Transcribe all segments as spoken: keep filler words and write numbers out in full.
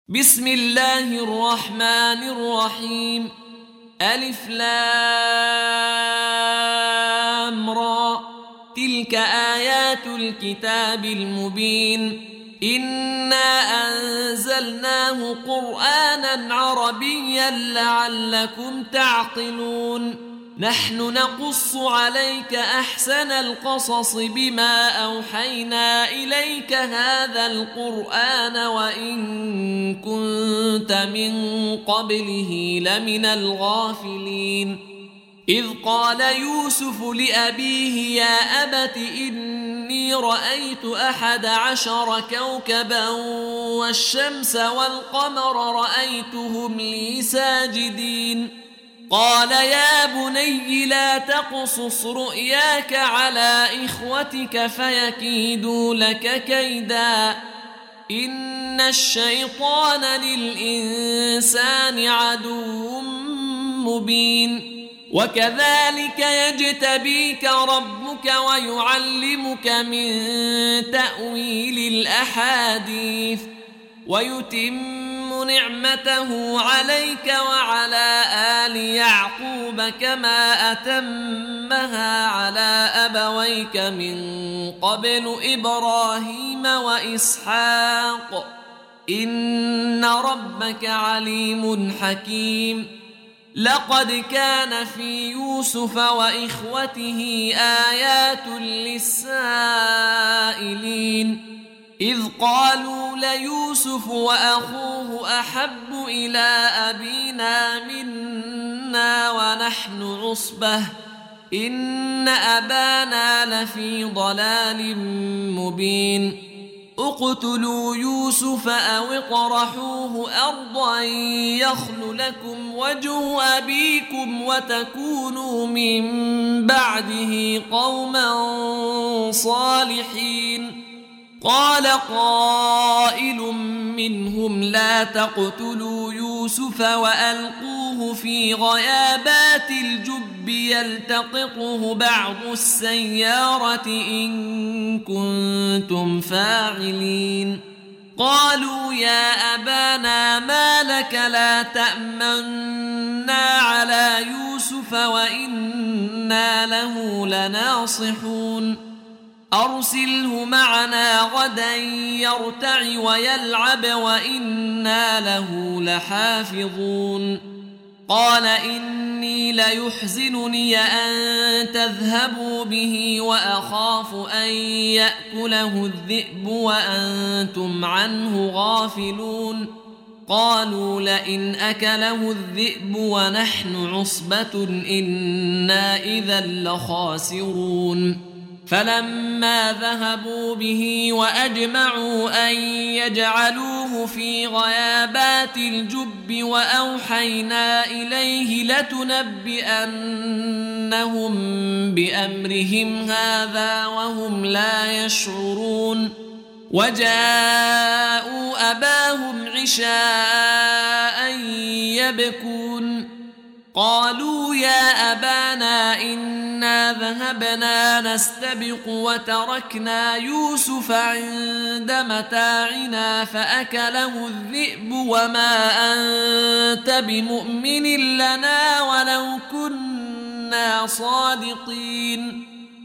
بسم الله الرحمن الرحيم. ألف لام را، تلك آيات الكتاب المبين. إنا أنزلناه قرآنا عربيا لعلكم تعقلون. نحن نقص عليك أحسن القصص بما أوحينا إليك هذا القرآن وإن كنت من قبله لمن الغافلين. إذ قال يوسف لأبيه يا أبت إني رأيت أحد عشر كوكبا والشمس والقمر رأيتهم لي ساجدين. قال يا بني لا تقصص رؤياك على إخوتك فيكيدوا لك كيدا إن الشيطان للإنسان عدو مبين. وكذلك يجتبيك ربك ويعلمك من تأويل الأحاديث ويتم نعمته عليك وعلى آل يعقوب كما أتمها على أبويك من قبل إبراهيم وإسحاق إن ربك عليم حكيم. لقد كان في يوسف وإخوته آيات للسائلين إذ قالوا ليوسف وأخوه أحب إلى أبينا منا ونحن عصبة إن أبانا لفي ضلال مبين. اقتلوا يوسف أو اطرحوه أرضا يخل لكم وجه أبيكم وتكونوا من بعده قوما صالحين. قال قائل منهم لا تقتلوا يوسف وألقوه في غيابات الجب يلتقطه بعض السيارة إن كنتم فاعلين. قالوا يا أبانا ما لك لا تأمنا على يوسف وإنا له لناصحون. أرسله معنا غدا يرتع ويلعب وإنا له لحافظون. قال إني ليحزنني أن تذهبوا به وأخاف أن يأكله الذئب وأنتم عنه غافلون. قالوا لئن أكله الذئب ونحن عصبة إنا إذا لخاسرون. فلما ذهبوا به وأجمعوا أن يجعلوه في غيابات الجب وأوحينا إليه لتنبئنهم بأمرهم هذا وهم لا يشعرون. وجاءوا أباهم عشاء يبكون. قالوا يا أبانا إنا ذهبنا نستبق وتركنا يوسف عند متاعنا فأكله الذئب وما أنت بمؤمن لنا ولو كنا صادقين.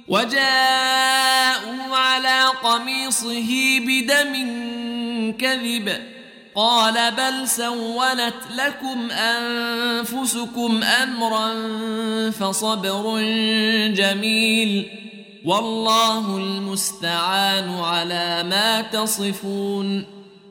وجاءوا على قميصه بدم كذب. قال بل سولت لكم أنفسكم أمرا فصبر جميل والله المستعان على ما تصفون.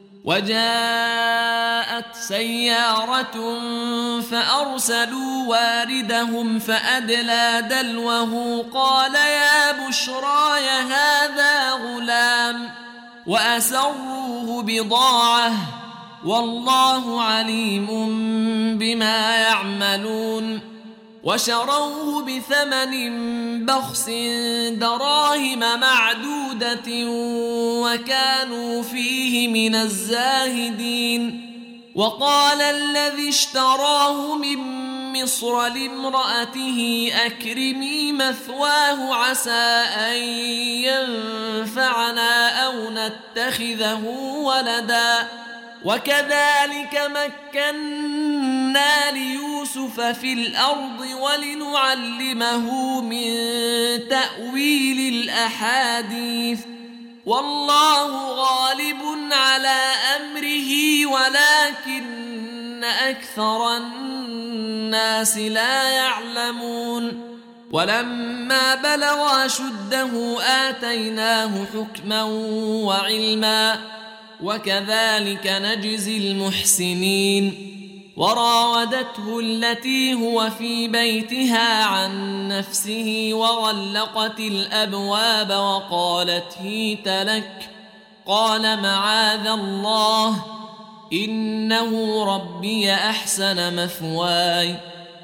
وجاءت سيارة فأرسلوا واردهم فأدلى دلوه قال يا بشراي هذا غلام وأسروه بضاعة والله عليم بما يعملون. وشروه بثمن بخس دراهم معدودة وكانوا فيه من الزاهدين. وقال الذي اشتراه من مصر لامرأته أكرمي مثواه عسى أن ينفعنا أو نتخذه ولدا وكذلك مكنا ليوسف في الأرض ولنعلمه من تأويل الأحاديث والله غالب على أمره ولكن أكثر الناس لا يعلمون ولما بلغ أشده آتيناه حكما وعلما وكذلك نجزي المحسنين وراودته التي هو في بيتها عن نفسه وغلقت الأبواب وقالت هيت لك قال معاذ الله إنه ربي أحسن مثواي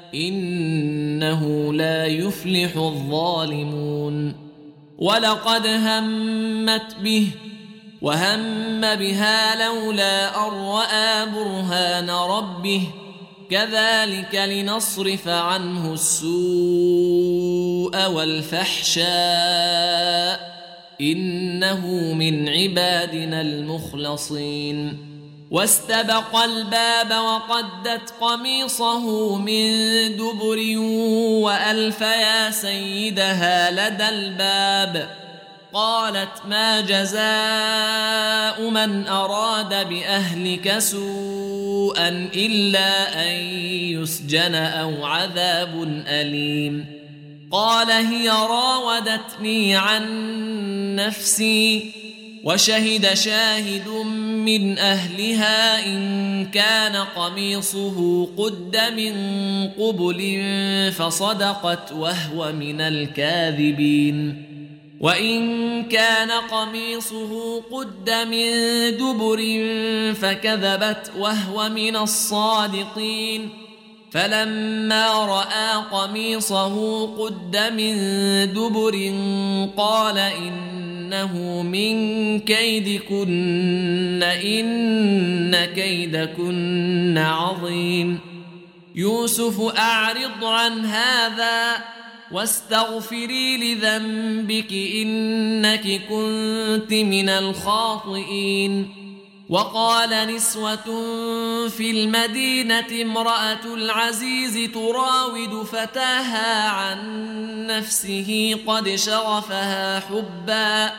إنه لا يفلح الظالمون ولقد همت به وهم بها لولا أن رأى برهان ربه كذلك لنصرف عنه السوء والفحشاء إنه من عبادنا المخلصين واستبق الباب وقدت قميصه من دبر وألف يا سيدها لدى الباب قالت ما جزاء من أراد بأهلك سوءا إلا أن يسجن أو عذاب أليم قال هي راودتني عن نفسي وشهد شاهد من أهلها إن كان قميصه قد من قبل فصدقت وهو من الكاذبين وإن كان قميصه قد من دبر فكذبت وهو من الصادقين فلما رأى قميصه قد من دبر قال إنه من كيدكن إن كيدكن عظيم يوسف أعرض عن هذا واستغفري لذنبك إنك كنت من الخاطئين وقال نسوة في المدينة امرأة العزيز تراود فتاها عن نفسه قد شغفها حبا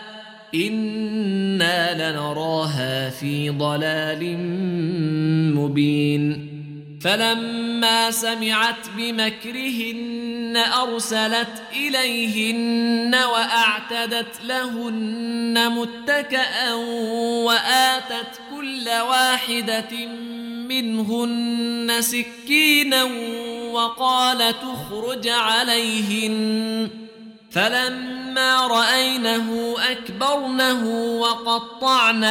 إنا لنراها في ضلال مبين فلما سمعت بمكرهن أرسلت إليهن وأعتدت لهن متكأ وآتت كل واحدة منهن سكينا وقالت اخرج عليهن فلما رأينه أكبرنه وقطعن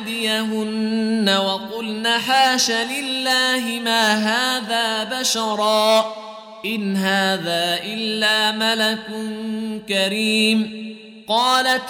أيديهن وقلن حاش لله ما هذا بشرا إن هذا إلا ملك كريم قالت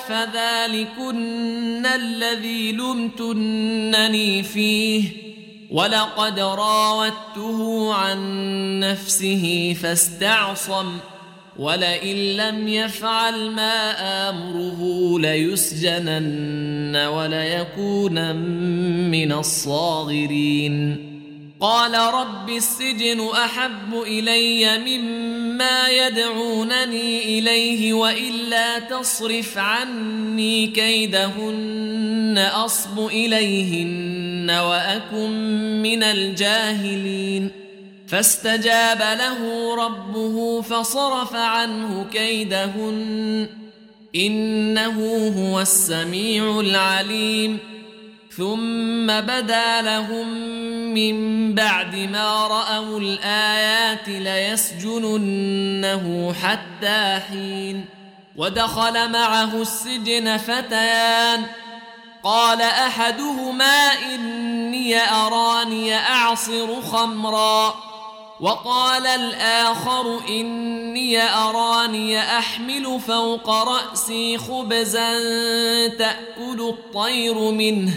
فذلكن الذي لمتنني فيه ولقد راودته عن نفسه فاستعصم ولئن لم يفعل ما آمره ليسجنن وليكونن من الصاغرين قال رب السجن أحب إلي مما يدعونني إليه وإلا تصرف عني كيدهن أصب إليهن وأكن من الجاهلين فاستجاب له ربه فصرف عنه كيدهن إنه هو السميع العليم ثم بدا لهم من بعد ما رأوا الآيات ليسجننه حتى حين ودخل معه السجن فتيان قال أحدهما إني أراني أعصر خمرا وقال الآخر إني أراني أحمل فوق رأسي خبزا تأكل الطير منه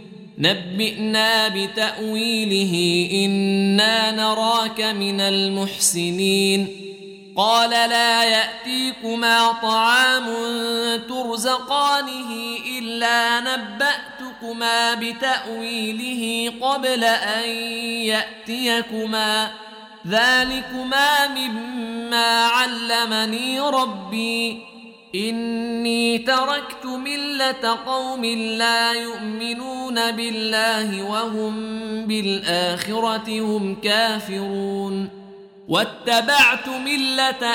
نبئنا بتأويله إنا نراك من المحسنين قال لا يأتيكما طعام ترزقانه إلا نبأتكما أنبئكما بتأويله قبل أن يأتيكما ذلكما مما علمني ربي إني تركت ملة قوم لا يؤمنون بالله وهم بالآخرة هم كافرون واتبعت ملة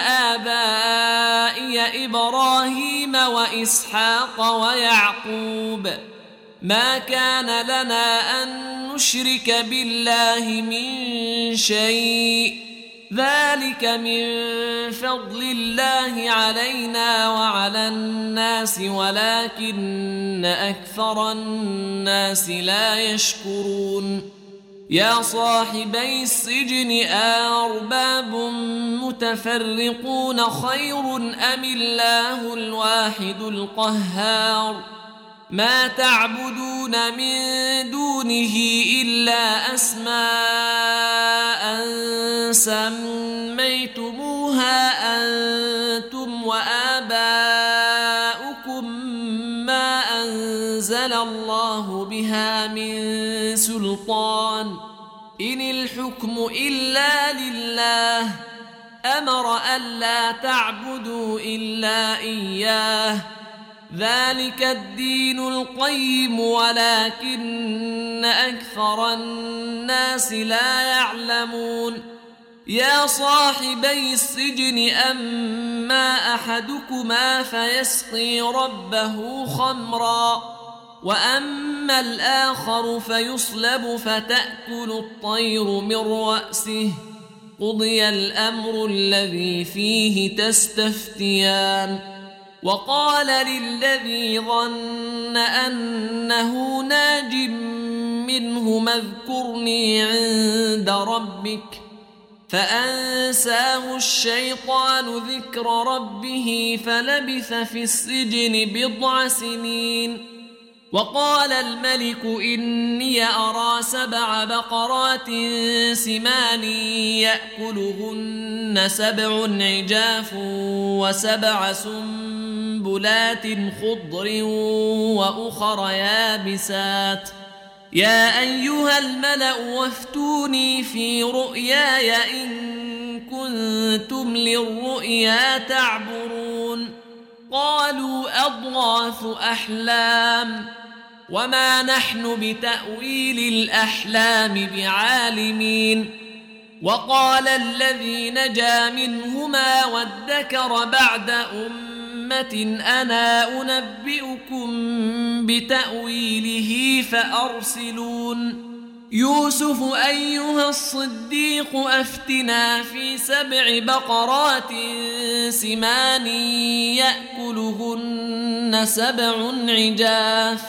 آبائي إبراهيم وإسحاق ويعقوب ما كان لنا أن نشرك بالله من شيء ذلك من فضل الله علينا وعلى الناس ولكن أكثر الناس لا يشكرون يا صاحبي السجن أأرباب متفرقون خير أم الله الواحد القهار ما تعبدون من دونه إلا أسماء سميتموها أنتم وآباؤكم ما أنزل الله بها من سلطان إن الحكم إلا لله أمر ألا تعبدوا إلا إياه ذلك الدين القيم ولكن أكثر الناس لا يعلمون يا صاحبي السجن أما أحدكما فيسقي ربه خمرا وأما الآخر فيصلب فتأكل الطير من رأسه قضي الأمر الذي فيه تستفتيان وقال للذي ظن أنه ناج منهما اذكرني عند ربك فأنساه الشيطان ذكر ربه فلبث في السجن بضع سنين وقال الملك إني أرى سبع بقرات سمان يأكلهن سبع عجاف وسبع سنبلات خضر وأخر يابسات يا أيها الملأ وافتوني في رؤياي إن كنتم للرؤيا تعبرون قالوا أضغاث أحلام وما نحن بتأويل الأحلام بعالمين وقال الذي نجا منهما وادكر بعد أمة أنا أنبئكم بتأويله فأرسلون يوسف أيها الصديق أفتنا في سبع بقرات سمان يأكلهن سبع عجاف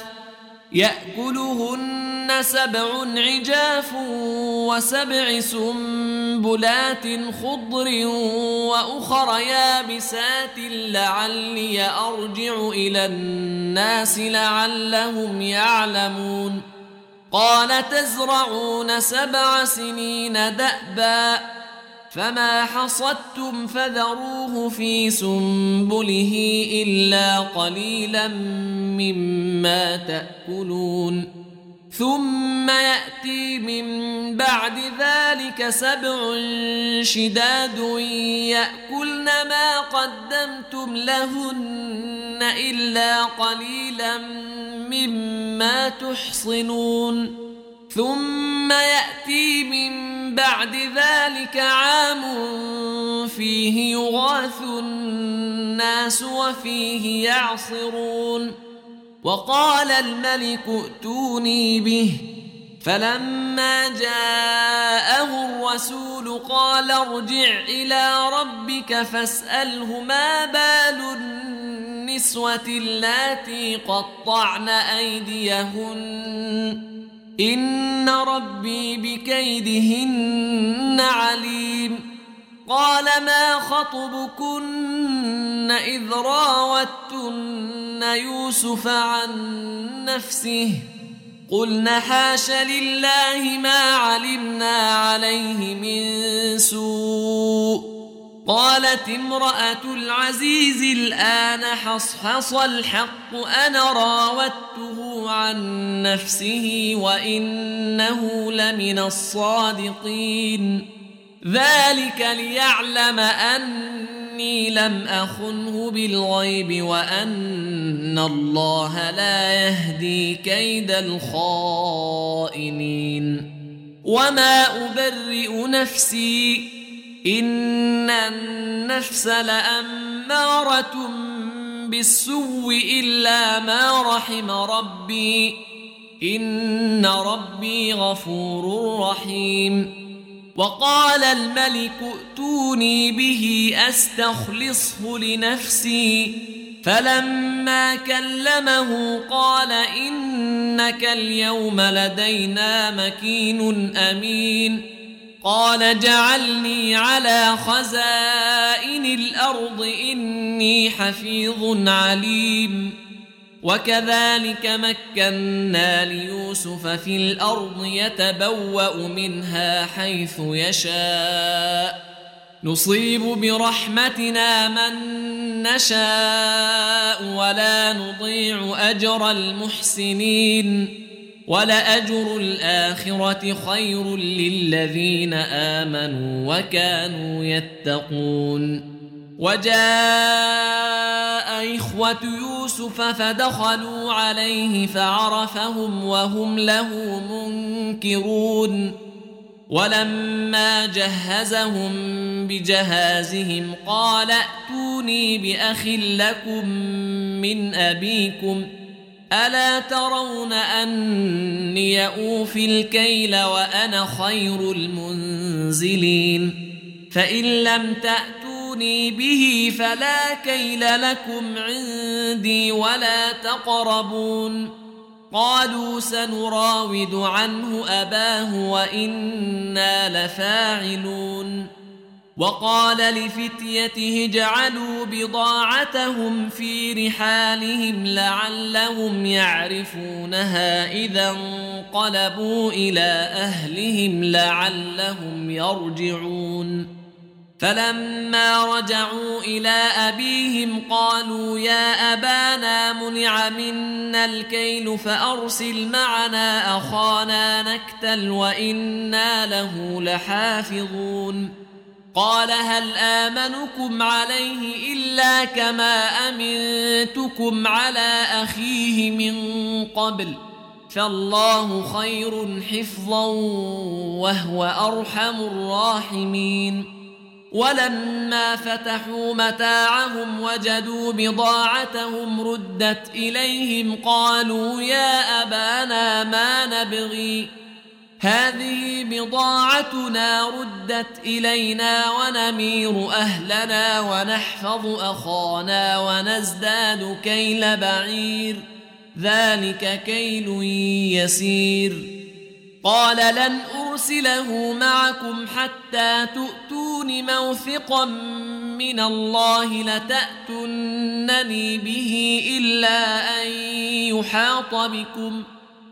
يأكلهن سبع عجاف وسبع سنبلات خضر وأخر يابسات لعلي أرجع إلى الناس لعلهم يعلمون قال تزرعون سبع سنين دأبا فما حصدتم فذروه في سنبله إلا قليلا مما تأكلون ثم يأتي من بعد ذلك سبع شداد يأكلن ما قدمتم لهن إلا قليلا مما تحصنون ثم يأتي من بعد ذلك عام فيه يغاث الناس وفيه يعصرون وقال الملك ائتوني به فلما جاءه الرسول قال ارجع إلى ربك فاسأله ما بال النسوة اللاتي قطعن أيديهن إن ربي بكيدهن عليم قال ما خطبكن إذ راوتن يوسف عن نفسه قلنا حاش لله ما علمنا عليه من سوء قالت امرأة العزيز الآن حصحص الحق أنا راودته عن نفسه وإنه لمن الصادقين ذلك ليعلم أني لم أخنه بالغيب وأن الله لا يهدي كيد الخائنين وما أبرئ نفسي إن النفس لأمارة بالسوء إلا ما رحم ربي إن ربي غفور رحيم وقال الملك ائتوني به أستخلصه لنفسي فلما كلمه قال إنك اليوم لدينا مكين أمين قال جعلني على خزائن الأرض إني حفيظ عليم وكذلك مكنا ليوسف في الأرض يتبوأ منها حيث يشاء نصيب برحمتنا من نشاء ولا نضيع أجر المحسنين ولأجر الآخرة خير للذين آمنوا وكانوا يتقون وجاء إخوة يوسف فدخلوا عليه فعرفهم وهم له منكرون ولما جهزهم بجهازهم قال ائتوني بأخ لكم من أبيكم ألا ترون أني أوفي الكيل وأنا خير المنزلين فإن لم تأتوني به فلا كيل لكم عندي ولا تقربون قالوا سنراود عنه أباه وإنا لفاعلون وقال لفتيته اجعلوا بضاعتهم في رحالهم لعلهم يعرفونها إذا انقلبوا إلى أهلهم لعلهم يرجعون فلما رجعوا إلى أبيهم قالوا يا أبانا منع منا الكيل فأرسل معنا أخانا نكتل وإنا له لحافظون قال هل آمنكم عليه إلا كما أمنتكم على أخيه من قبل فالله خير حفظا وهو أرحم الراحمين ولما فتحوا متاعهم وجدوا بضاعتهم ردت إليهم قالوا يا أبانا ما نبغي هذه بضاعتنا ردت إلينا ونمير أهلنا ونحفظ أخانا ونزداد كيل بعير ذلك كيل يسير قال لن أرسله معكم حتى تؤتون موثقا من الله لتأتونني به إلا أن يحاط بكم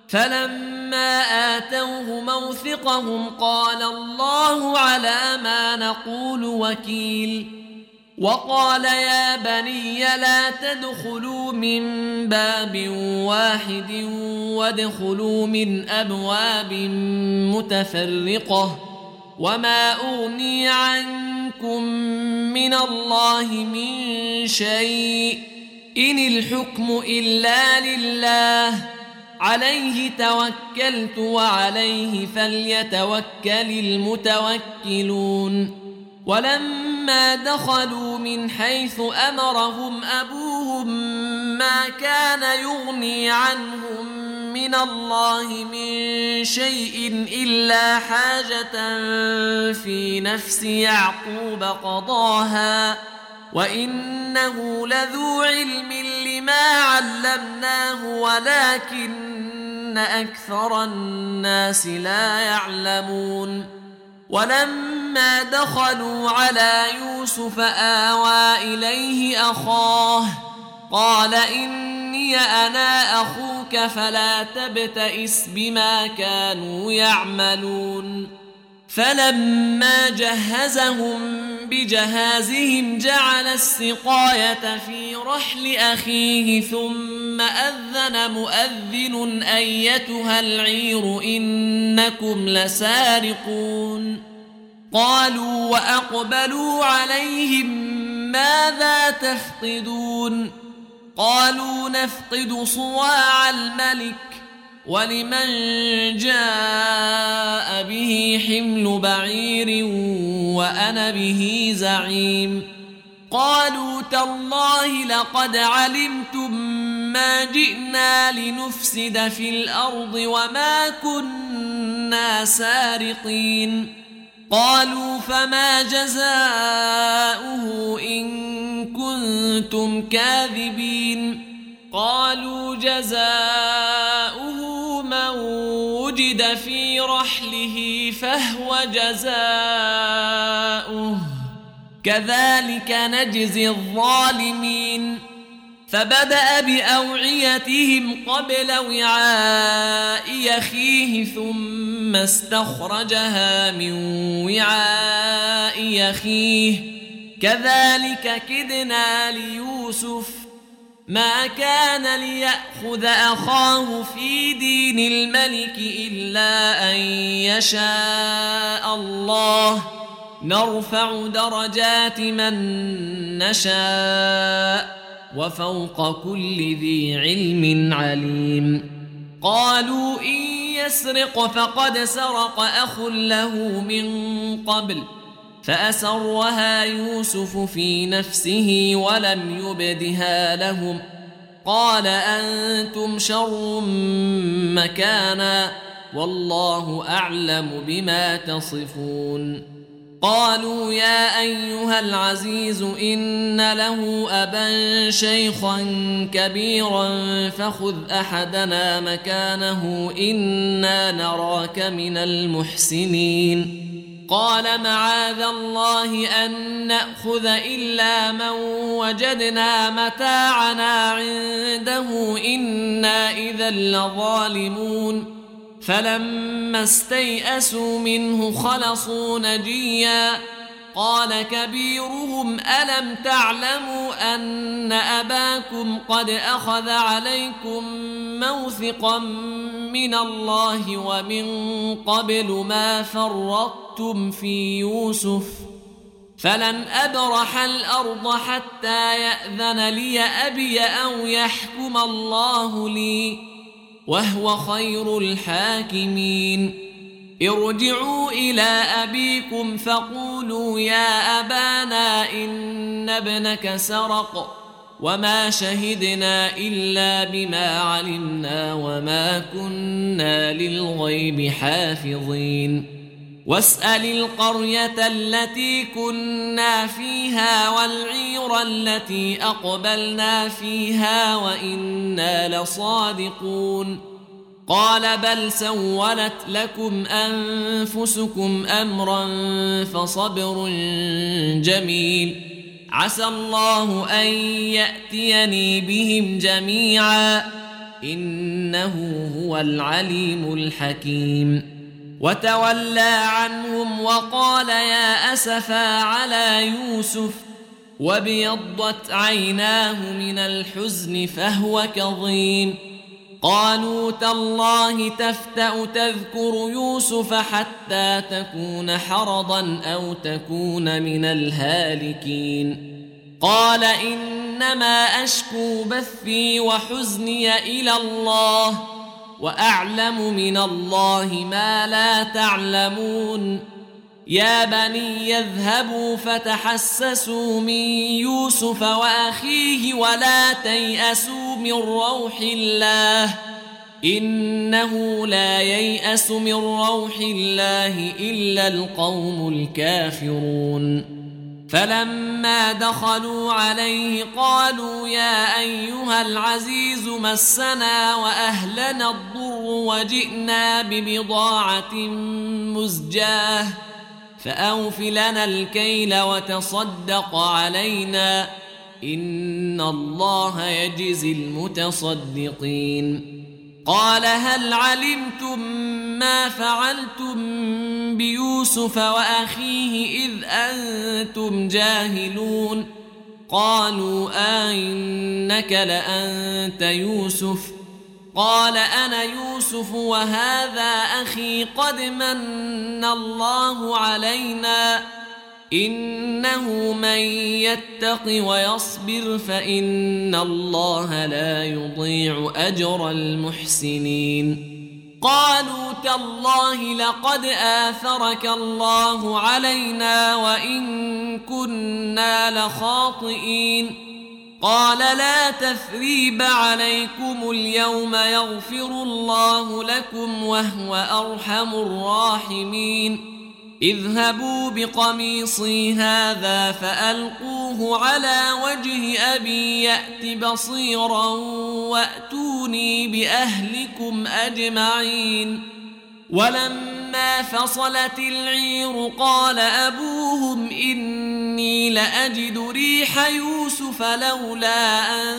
فلما آتوه موثقهم قال الله على ما نقول وكيل وقال يا بني لا تدخلوا من باب واحد وادخلوا من أبواب متفرقة وما أغني عنكم من الله من شيء إن الحكم إلا لله عليه توكلت وعليه فليتوكل المتوكلون ولما دخلوا من حيث أمرهم أبوهم ما كان يغني عنهم من الله من شيء إلا حاجة في نفس يعقوب قضاها وإنه لذو علم لما علمناه ولكن أكثر الناس لا يعلمون ولما دخلوا على يوسف آوى إليه أخاه قال إني أنا أخوك فلا تبتئس بما كانوا يعملون فلما جهزهم بجهازهم جعل السقاية في رحل أخيه ثم أذن مؤذن أيتها العير إنكم لسارقون قالوا وأقبلوا عليهم ماذا تفقدون قالوا نفقد صواع الملك ولمن جاء به حمل بعير وأنا به زعيم قالوا تالله لقد علمتم ما جئنا لنفسد في الأرض وما كنا سارقين قالوا فما جزاؤه إن كنتم كاذبين قالوا جزاؤه من وجد في رحله فهو جزاؤه كذلك نجزي الظالمين فبدأ بأوعيتهم قبل وعاء أخيه ثم استخرجها من وعاء أخيه كذلك كدنا ليوسف ما كان ليأخذ أخاه في دين الملك إلا أن يشاء الله نرفع درجات من نشاء وفوق كل ذي علم عليم قالوا إن يسرق فقد سرق أخ له من قبل فأسرها يوسف في نفسه ولم يبدها لهم قال أنتم شر مكانا والله أعلم بما تصفون قالوا يا أيها العزيز إن له أبا شيخا كبيرا فخذ أحدنا مكانه إنا نراك من المحسنين قال معاذ الله أن نأخذ إلا من وجدنا متاعنا عنده إنا إذا لظالمون فلما استيئسوا منه خلصوا نجيا قال كبيرهم ألم تعلموا أن أباكم قد أخذ عليكم موثقا من الله ومن قبل ما فرطتم في يوسف فلن أبرح الأرض حتى يأذن لي أبي أو يحكم الله لي وهو خير الحاكمين ارجعوا إلى أبيكم فقولوا يا أبانا إن ابنك سرق وما شهدنا إلا بما علمنا وما كنا للغيب حافظين واسأل القرية التي كنا فيها والعير التي أقبلنا فيها وإنا لصادقون قال بل سولت لكم أنفسكم أمرا فصبر جميل عسى الله أن يأتيني بهم جميعا إنه هو العليم الحكيم وتولى عنهم وقال يا أسفا على يوسف وابيضت عيناه من الحزن فهو كظيم قالوا تالله تفتأ تذكر يوسف حتى تكون حرضا أو تكون من الهالكين قال إنما أشكو بثي وحزني إلى الله وأعلم من الله ما لا تعلمون يا بني يذهبوا فتحسسوا من يوسف وأخيه ولا تيأسوا من روح الله إنه لا ييأس من روح الله إلا القوم الكافرون فلما دخلوا عليه قالوا يا أيها العزيز مسنا وأهلنا الضر وجئنا ببضاعة مزجاة فأوف لنا الكيل وتصدق علينا إن الله يجزي المتصدقين قال هل علمتم ما فعلتم بيوسف وأخيه إذ أنتم جاهلون قالوا أئنك لأنت يوسف قال أنا يوسف وهذا أخي قد من الله علينا إنه من يتق ويصبر فإن الله لا يضيع أجر المحسنين قالوا تالله لقد آثرك الله علينا وإن كنا لخاطئين قال لا تثريب عليكم اليوم يغفر الله لكم وهو أرحم الراحمين اذهبوا بقميصي هذا فألقوه على وجه أبي يأت بصيرا وأتوني بأهلكم أجمعين ولما فصلت العير قال أبوهم إني لأجد ريح يوسف لولا أن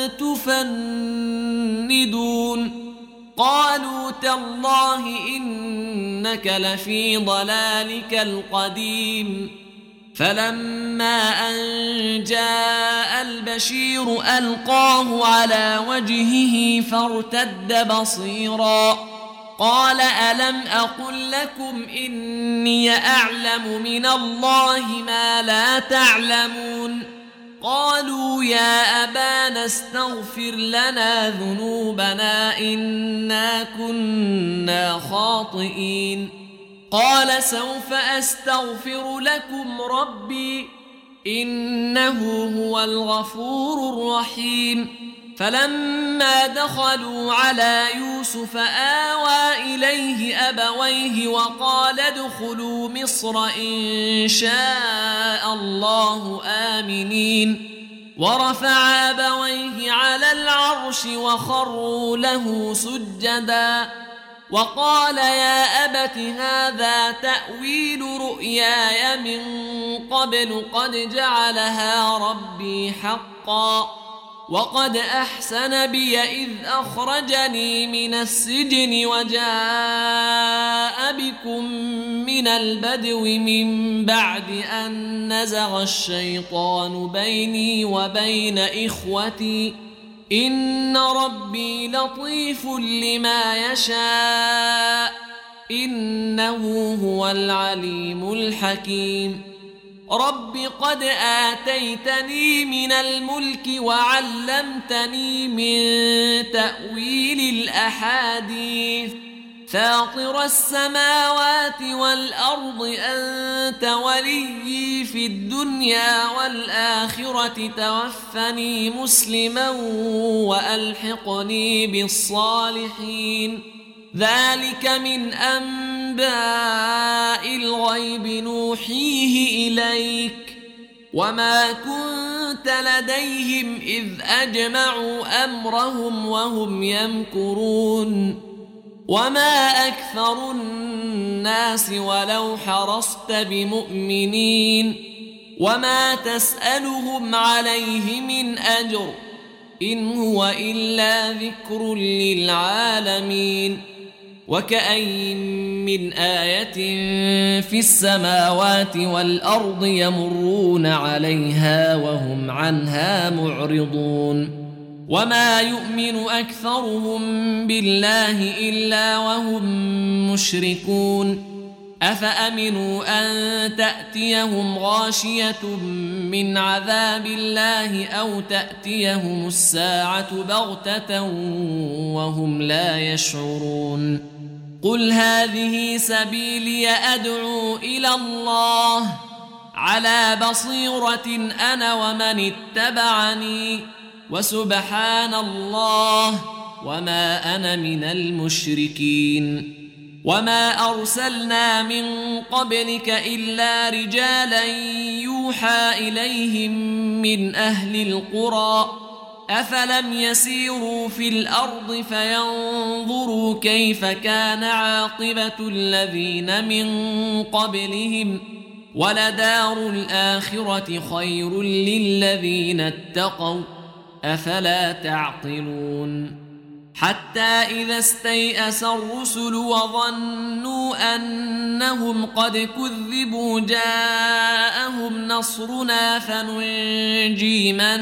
تفندون قالوا تالله إنك لفي ضلالك القديم فلما أن جاء البشير ألقاه على وجهه فارتد بصيرا قال ألم أقل لكم إني أعلم من الله ما لا تعلمون قالوا يا أبانا استغفر لنا ذنوبنا إنا كنا خاطئين قال سوف أستغفر لكم ربي إنه هو الغفور الرحيم فلما دخلوا على يوسف آوى إليه أبويه وقال ادخلوا مصر إن شاء الله آمنين ورفع أبويه على العرش وخروا له سجدا وقال يا أبت هذا تأويل رؤياي من قبل قد جعلها ربي حقا وقد أحسن بي إذ أخرجني من السجن وجاء بكم من البدو من بعد أن نزغ الشيطان بيني وبين إخوتي إن ربي لطيف لما يشاء إنه هو العليم الحكيم رب قد آتيتني من الملك وعلمتني من تأويل الأحاديث فاطر السماوات والأرض أنت وليي في الدنيا والآخرة توفني مسلما وألحقني بالصالحين ذلك من أنباء الغيب نوحيه إليك وما كنت لديهم إذ أجمعوا أمرهم وهم يمكرون وما أكثر الناس ولو حرصت بمؤمنين وما تسألهم عليه من أجر إن هو إلا ذكر للعالمين وكأين من آية في السماوات والأرض يمرون عليها وهم عنها معرضون وما يؤمن أكثرهم بالله إلا وهم مشركون أفأمنوا أن تأتيهم غاشية من عذاب الله أو تأتيهم الساعة بغتة وهم لا يشعرون قل هذه سبيلي أدعو إلى الله على بصيرة أنا ومن اتبعني وسبحان الله وما أنا من المشركين وما أرسلنا من قبلك إلا رجالا يوحى إليهم من أهل القرى أفلم يسيروا في الأرض فينظروا كيف كان عاقبة الذين من قبلهم ولدار الآخرة خير للذين اتقوا أفلا تعقلون حتى إذا استيأس الرسل وظنوا أنهم قد كذبوا جاءهم نصرنا فننجي من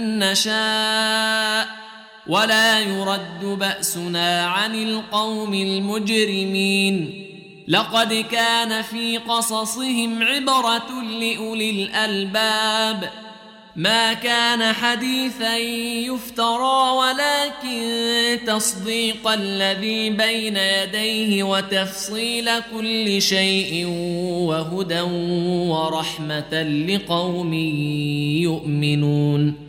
نشاء ولا يرد بأسنا عن القوم المجرمين. لقد كان في قصصهم عبرة لأولي الألباب ما كان حديثا يفترى ولكن تصديق الذي بين يديه وتفصيل كل شيء وهدى ورحمة لقوم يؤمنون.